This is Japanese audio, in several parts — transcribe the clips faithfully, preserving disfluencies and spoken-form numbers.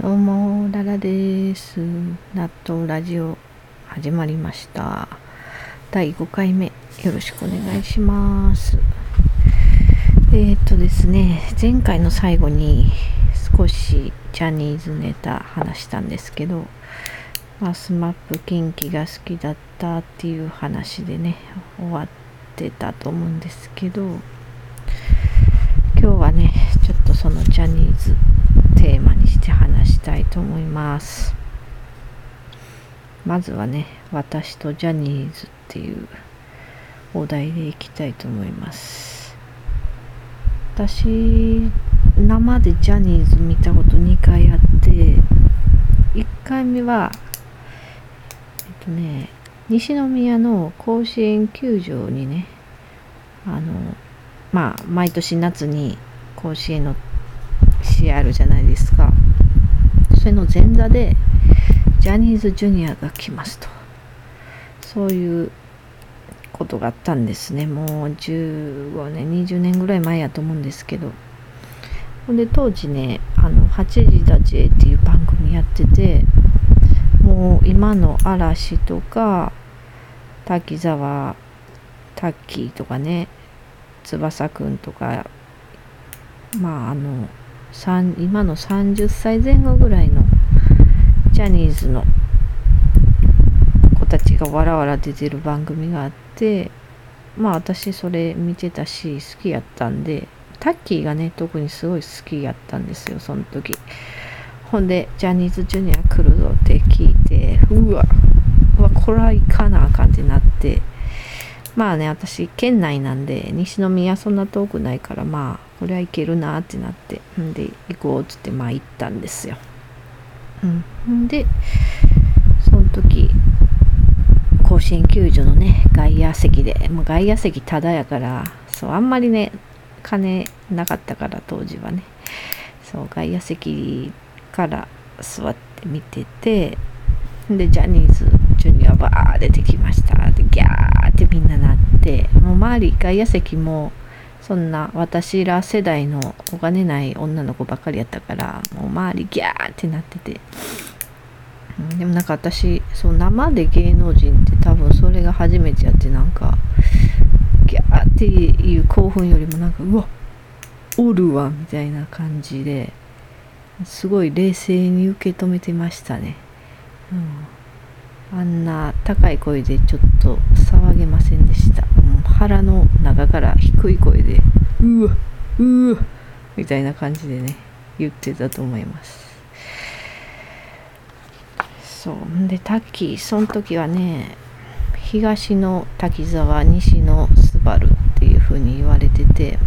どうもララです。納豆ラジオ始まりました。だいごかいめよろしくお願いします。えーっとですね前回の最後に少しジャニーズネタ話したんですけど、まあ、スマップキンキが好きだったっていう話でね終わってたと思うんですけど、今日はねちょっとそのジャニーズテーマにして話したいと思います。まずはね、私とジャニーズっていうお題でいきたいと思います。私生でジャニーズ見たことにかいあって、いっかいめはえっとね西宮の甲子園球場にね、あのまあ毎年夏に甲子園の試合あるじゃないですか。それの前座でジャニーズジュニアが来ますと、そういうことがあったんですね。もうじゅうごねんにじゅうねんぐらい前やと思うんですけど、ほんで当時ねあのはちじだ J っていう番組やってて、もう今の嵐とか滝沢タッキーとかね、翼くんとか、まああの今のさんじゅっさいぜん後ぐらいのジャニーズの子たちがわらわら出てる番組があって、まあ私それ見てたし好きやったんで、タッキーがね特にすごい好きやったんですよその時。ほんでジャニーズジュニア来るぞって聞いて、うわうわこれは行かなあかんってなって、まあね私県内なんで西宮そんな遠くないから、まあこれはいけるなってなって、んで行こうっつってまあ行ったんですよ。うん、でその時甲子園球場のね外野席で、もう外野席ただやから、そうあんまりね金なかったから当時はね、そう外野席から座って見てて、でジャニーズジュニアバー出てきましたでギャーってみんななって、もう周り外野席もそんな私ら世代のお金ない女の子ばっかりやったから、もう周りギャーってなってて、でもなんか私そう生で芸能人って多分それが初めてやって、なんかギャーっていう興奮よりもなんかうわおるわみたいな感じで、すごい冷静に受け止めてましたね。うん、あんな高い声でちょっと騒げませんでした。もう腹の中から低い声でうわうわみたいな感じでね言ってたと思います。そうでタッキーその時はね、東の滝沢西のスバルっていう風に言われてて、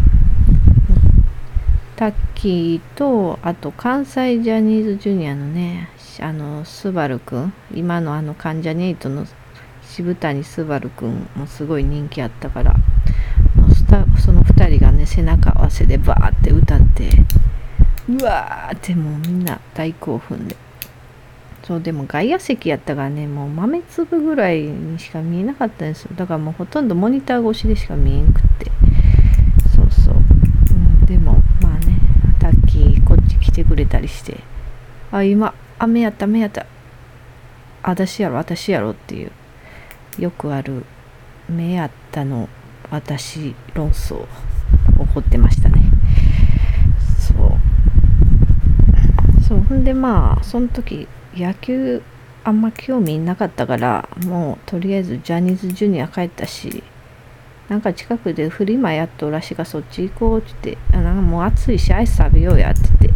タッキーとあと関西ジャニーズジュニアのねあのスバルくん、今のあの関ジャニエイトの渋谷スバルくんもすごい人気あったから、そのふたりがね背中合わせでバーって歌って、うわーってもうみんな大興奮で、そうでも外野席やったからね、もう豆粒ぐらいにしか見えなかったんですよ。だからもうほとんどモニター越しでしか見えんくって、そうそう、うん、でもまあねタッキーこっち来てくれたりして、あ今雨やった雨やった私やろ私やろっていうよくある目やったの私論争起こってましたね。そうそうほんでまあその時野球あんま興味なかったから、もうとりあえずジャニーズジュニア帰ったし、なんか近くでフリマやっとるらしいからそっち行こうって言って、なんかもう暑いしアイス食べようやって言って、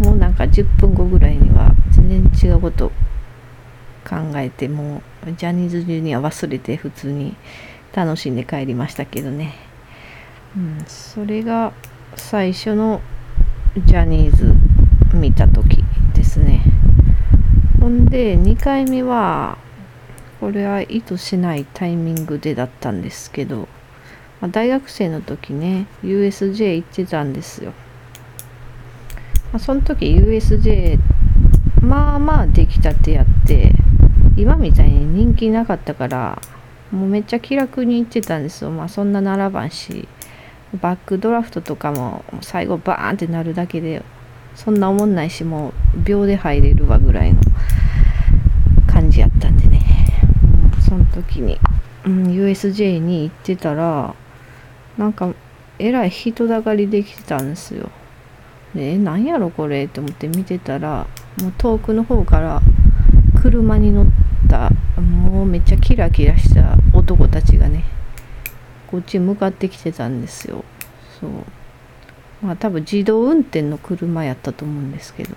もうなんかじゅっぷんごぐらいには全然違うこと考えて、もうジャニーズジュニア忘れて普通に楽しんで帰りましたけどね。うん、それが最初のジャニーズ見た時ですね。ほんでにかいめはこれは意図しないタイミングでだったんですけど、まあ、大学生の時ね ユーエスジェー 行ってたんですよ。まあ、その時 ユーエスジェー まあまあ出来たてやって、今みたいに人気なかったからもうめっちゃ気楽に行ってたんですよ。まあそんな並ばんし、バックドラフトとかも最後バーンってなるだけでそんな思んないし、もう秒で入れるわぐらいの感じやったんでね、うん、その時に、うん、ユーエスジェー に行ってたらなんかえらい人だかりできてたんですよ。で、え、なんやろこれって思って見てたら、もう遠くの方から車に乗ったもうめっちゃキラキラした男たちがね、こっち向かってきてたんですよ。そう、まあ多分自動運転の車やったと思うんですけど、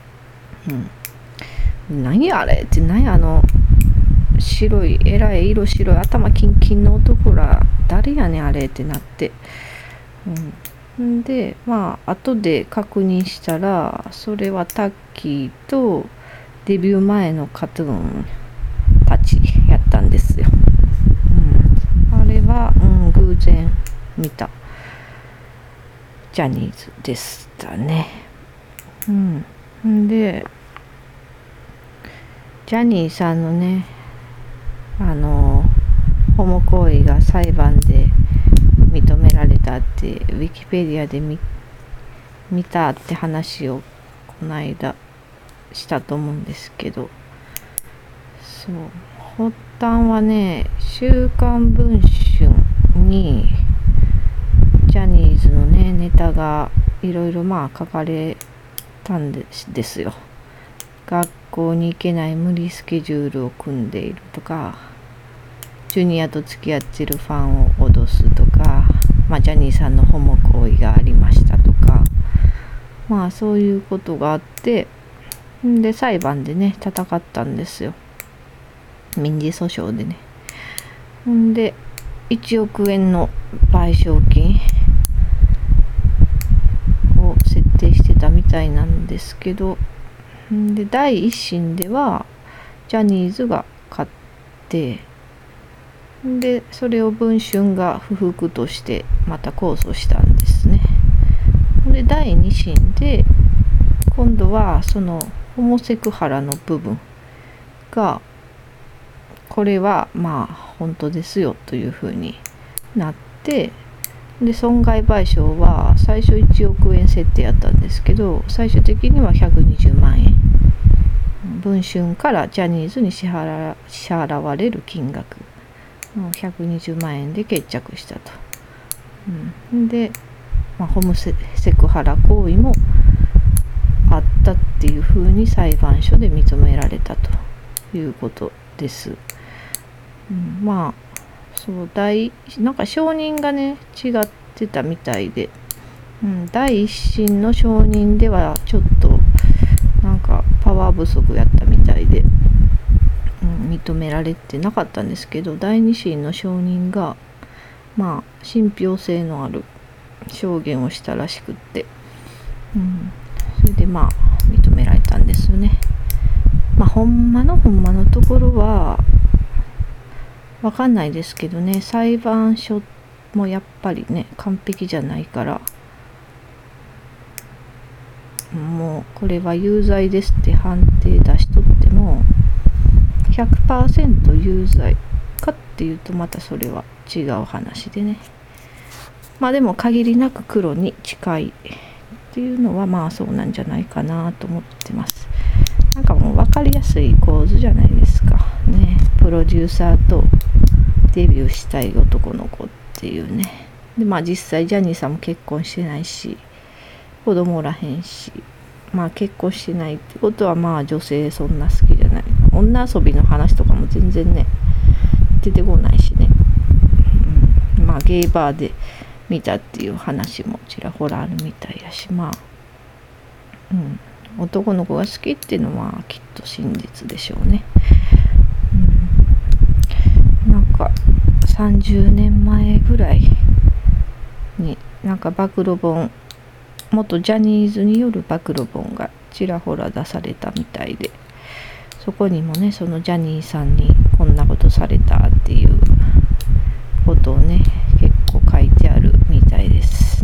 うん、何あれって、何あの白いえらい色白い頭キンキンの男ら誰やねんあれってなって、うん、でまあ後で確認したら、それはタッキーとデビュー前のカトゥーンたちやったんですよ。うん、あれは、うん、偶然見たジャニーズでしたね。うん、でジャニーさんのね、あのホモ行為が裁判で認められたってウィキペディアで 見, 見たって話をこの間したと思うんですけど、そう、発端はね、週刊文春にジャニーズのねネタがいろいろまあ書かれたんですですよ。学校に行けない無理スケジュールを組んでいるとか、ジュニアと付き合ってるファンを脅すとか、まあ、ジャニーさんのホモ行為がありましたとか、まあそういうことがあって、で裁判でね戦ったんですよ、民事訴訟でね。んでいちおくえんの賠償金を設定してたみたいなんですけど、で第一審ではジャニーズが勝って、でそれを文春が不服としてまた控訴したんですね。で第二審で今度はそのホモセクハラの部分が、これはまあ本当ですよというふうになって、で損害賠償は最初いちおくえん設定やったんですけど、最終的にはひゃくにじゅうまんえん、文春からジャニーズに支払、支払われる金額ひゃくにじゅうまんえんで決着したと。うん、で、まあ、ホモセクハラ行為もあったっていうふうに裁判所で認められたということです。うん、まあそう大なんか証人がね違ってたみたいで、うん、第一審の証人ではちょっとなんかパワー不足やったみたいで、うん、認められてなかったんですけど、第二審の証人がまあ信憑性のある証言をしたらしくって、うん、それでまあ認められたんですよね。まあほんまのほんまのところはわかんないですけどね、裁判所もやっぱりね完璧じゃないから、もうこれは有罪ですって判定出しとっても ひゃくパーセント 有罪かっていうとまたそれは違う話でね、まあでも限りなく黒に近いっていうのはまあそうなんじゃないかなと思ってます。なんかもう分かりやすい構図じゃないですかね。プロデューサーとデビューしたい男の子っていうね。でまあ実際ジャニーさんも結婚してないし子供おらへんし、まあ結婚してないってことはまあ女性そんな好きじゃない、女遊びの話とかも全然ね出てこないしね、うん、まあゲイバーで見たっていう話もちらほらあるみたいやし、まあ、うん、男の子が好きっていうのはきっと真実でしょうね。うん、なんかさんじゅうねんまえぐらいになんか暴露本、元ジャニーズによる暴露本がちらほら出されたみたいで、そこにもねそのジャニーさんにこんなことされたっていうことをね結構書いてあるみたいです。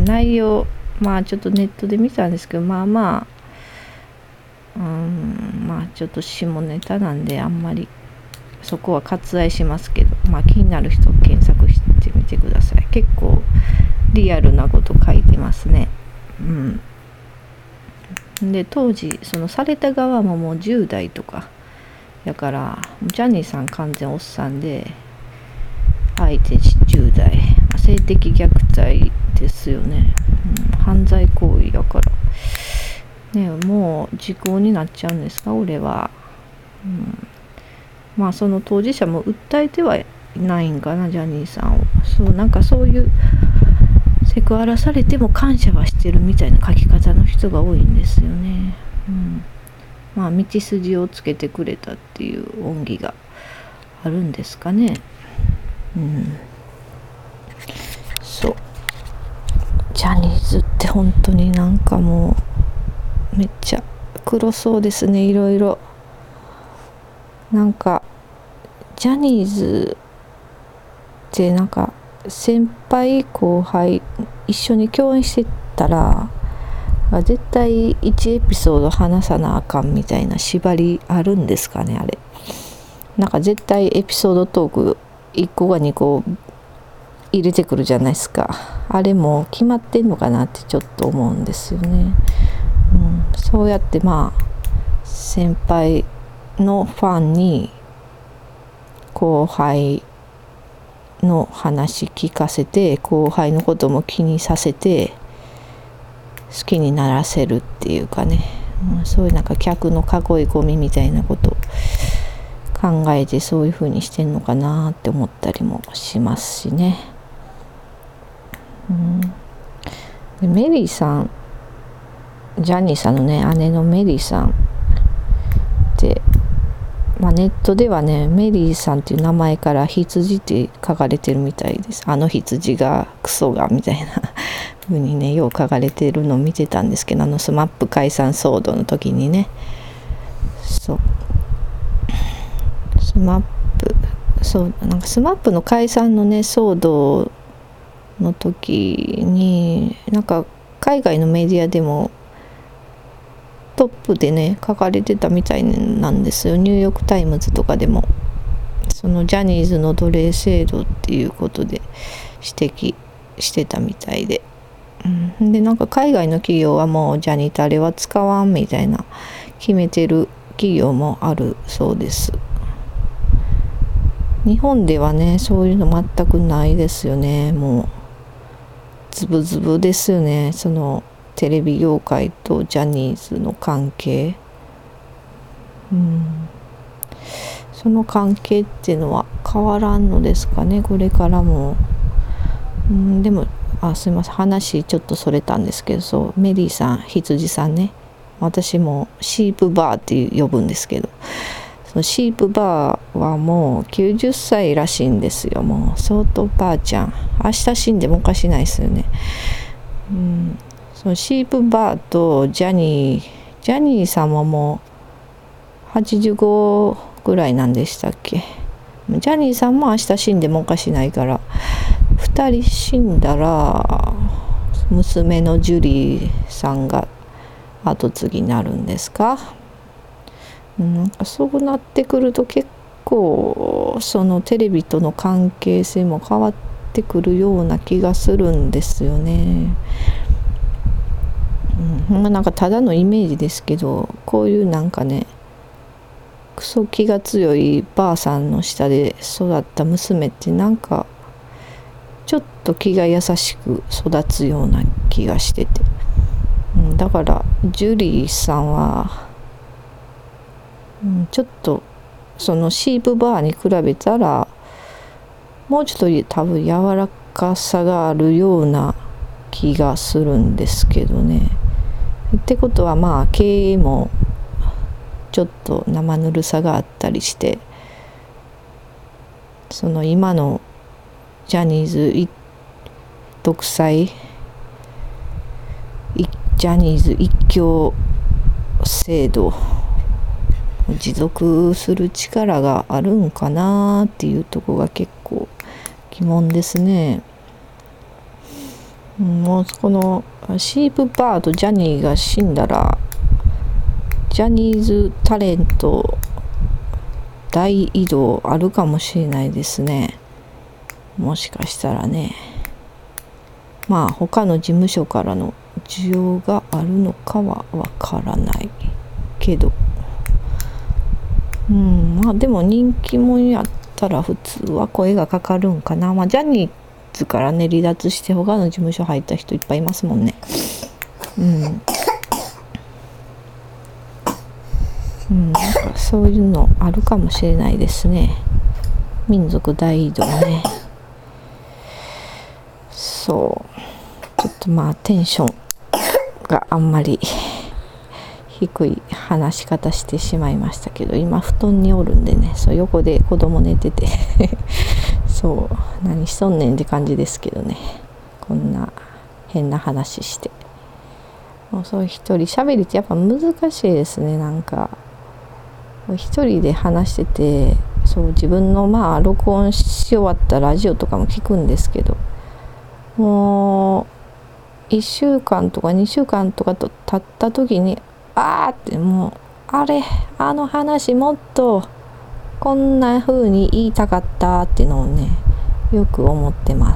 内容まあちょっとネットで見たんですけど、まあまあうーんまあちょっと下ネタなんであんまりそこは割愛しますけど、まあ気になる人検索してみてください。結構リアルなこと書いてますね。うん、 で当時そのされた側ももうじゅう代とかだからジャニーさん完全おっさんで相手じゅう代、性的虐待ですよね、うん、犯罪行為だからね、もう時効になっちゃうんですか俺は、うん、まあその当事者も訴えてはいないんかなジャニーさんを。そうなんかそういうセクハラされても感謝はしてるみたいな書き方の人が多いんですよね、うん、まあ道筋をつけてくれたっていう恩義があるんですかね。うん、そうジャニーズって本当になんかもうめっちゃ黒そうですね。いろいろなんかジャニーズってなんか先輩後輩一緒に共演してたら絶対いちエピソード話さなあかんみたいな縛りあるんですかね。あれなんか絶対エピソードトークいっこかにこ入れてくるじゃないですか。あれも決まってんのかなってちょっと思うんですよね、うん、そうやってまあ先輩のファンに後輩の話聞かせて後輩のことも気にさせて好きにならせるっていうかね、うん、そういうなんか客の囲い込みみたいなこと考えてそういう風にしてんのかなって思ったりもしますしね、うん、でメリーさんジャニーさんのね姉のメリーさんってまあ、ネットではねメリーさんっていう名前から羊って書かれてるみたいです。あの羊がクソがみたいな風にねよう書かれてるのを見てたんですけど、あのスマップ解散騒動の時にね、そうスマップそうなんかスマップの解散のね騒動の時になんか海外のメディアでもトップでね書かれてたみたいなんですよ。ニューヨークタイムズとかでもそのジャニーズの奴隷制度っていうことで指摘してたみたいで、うん、でなんか海外の企業はもうジャニタレは使わんみたいな決めてる企業もあるそうです。日本ではねそういうの全くないですよね。もうズブズブですよね。そのテレビ業界とジャニーズの関係、うん、その関係っていうのは変わらんのですかねこれからも、うん、でもあすいません話ちょっとそれたんですけど、そうメリーさん羊さんね私もシープバーって呼ぶんですけど、そのシープバーはもうきゅうじゅっさいらしいんですよ。もう相当ばあちゃん明日死んでもおかしないですよね、うん、そのシープバーとジャニージャニーさんももうはちじゅうごぐらいなんでしたっけ。ジャニーさんも明日死んでもおかしないからふたり死んだら娘のジュリーさんが後継ぎになるんですか。なんかそうなってくると結構そのテレビとの関係性も変わってくるような気がするんですよね。うん、なんかただのイメージですけどこういうなんかねクソ気が強いばあさんの下で育った娘ってなんかちょっと気が優しく育つような気がしてて、うん、だからジュリーさんは、うん、ちょっとそのシープバーに比べたらもうちょっと多分柔らかさがあるような気がするんですけどね。ってことはまあ経営もちょっと生ぬるさがあったりして、その今のジャニーズ一独裁ジャニーズ一強制度を持続する力があるんかなっていうところが結構疑問ですね。もうこのシープバーとジャニーが死んだらジャニーズタレント大移動あるかもしれないですね。もしかしたらね、まあ他の事務所からの需要がああるのかはわからないけど、うんまあでも人気者やったら普通は声がかかるんかな。まあジャニーズからね離脱して他の事務所入った人いっぱいいますもんね。うんうん、なんかそういうのあるかもしれないですね。民族大移動ね。そうちょっとまあテンションがあんまり低い話し方してしまいましたけど、今布団におるんでね、そう横で子供寝ててそう何しとんねんって感じですけどね、こんな変な話して。もうそう一人喋りってやっぱ難しいですね。なんか一人で話してて、そう自分のまあ録音し終わったラジオとかも聞くんですけど、もういっしゅうかんとかにしゅうかんとかと経った時にあーってもうあれあの話もっとこんな風に言いたかったっていうのをねよく思ってます。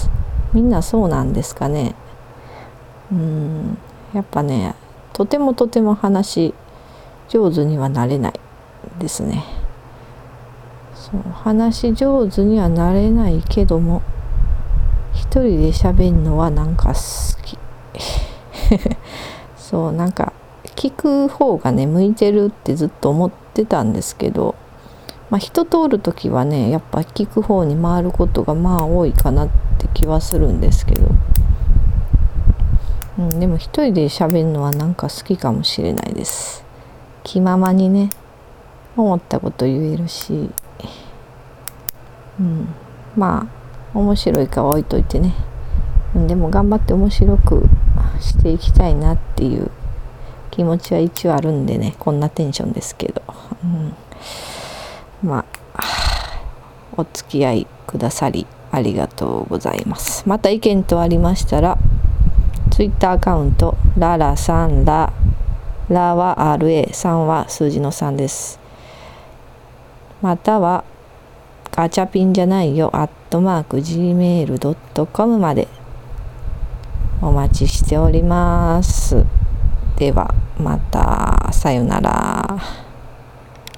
みんなそうなんですかね。うーんやっぱねとてもとても話上手にはなれないですね。そう話上手にはなれないけども一人で喋るのはなんか好きそうなんか聞く方がね向いてるってずっと思ってたんですけど、まあ、人通る時はねやっぱ聞く方に回ることがまあ多いかなって気はするんですけど、うん、でも一人で喋るのはなんか好きかもしれないです。気ままにね思ったこと言えるし、うん、まあ面白いかは置いといてね、でも頑張って面白くしていきたいなっていう気持ちは一応あるんでね、こんなテンションですけど、うん、まあお付き合いくださりありがとうございます。また意見とありましたらツイッターアカウントララさんララは アールエー さんは数字のさんです。またはガチャピンじゃないよアットマーク ジーメールドットコム までお待ちしております。ではまたさよなら。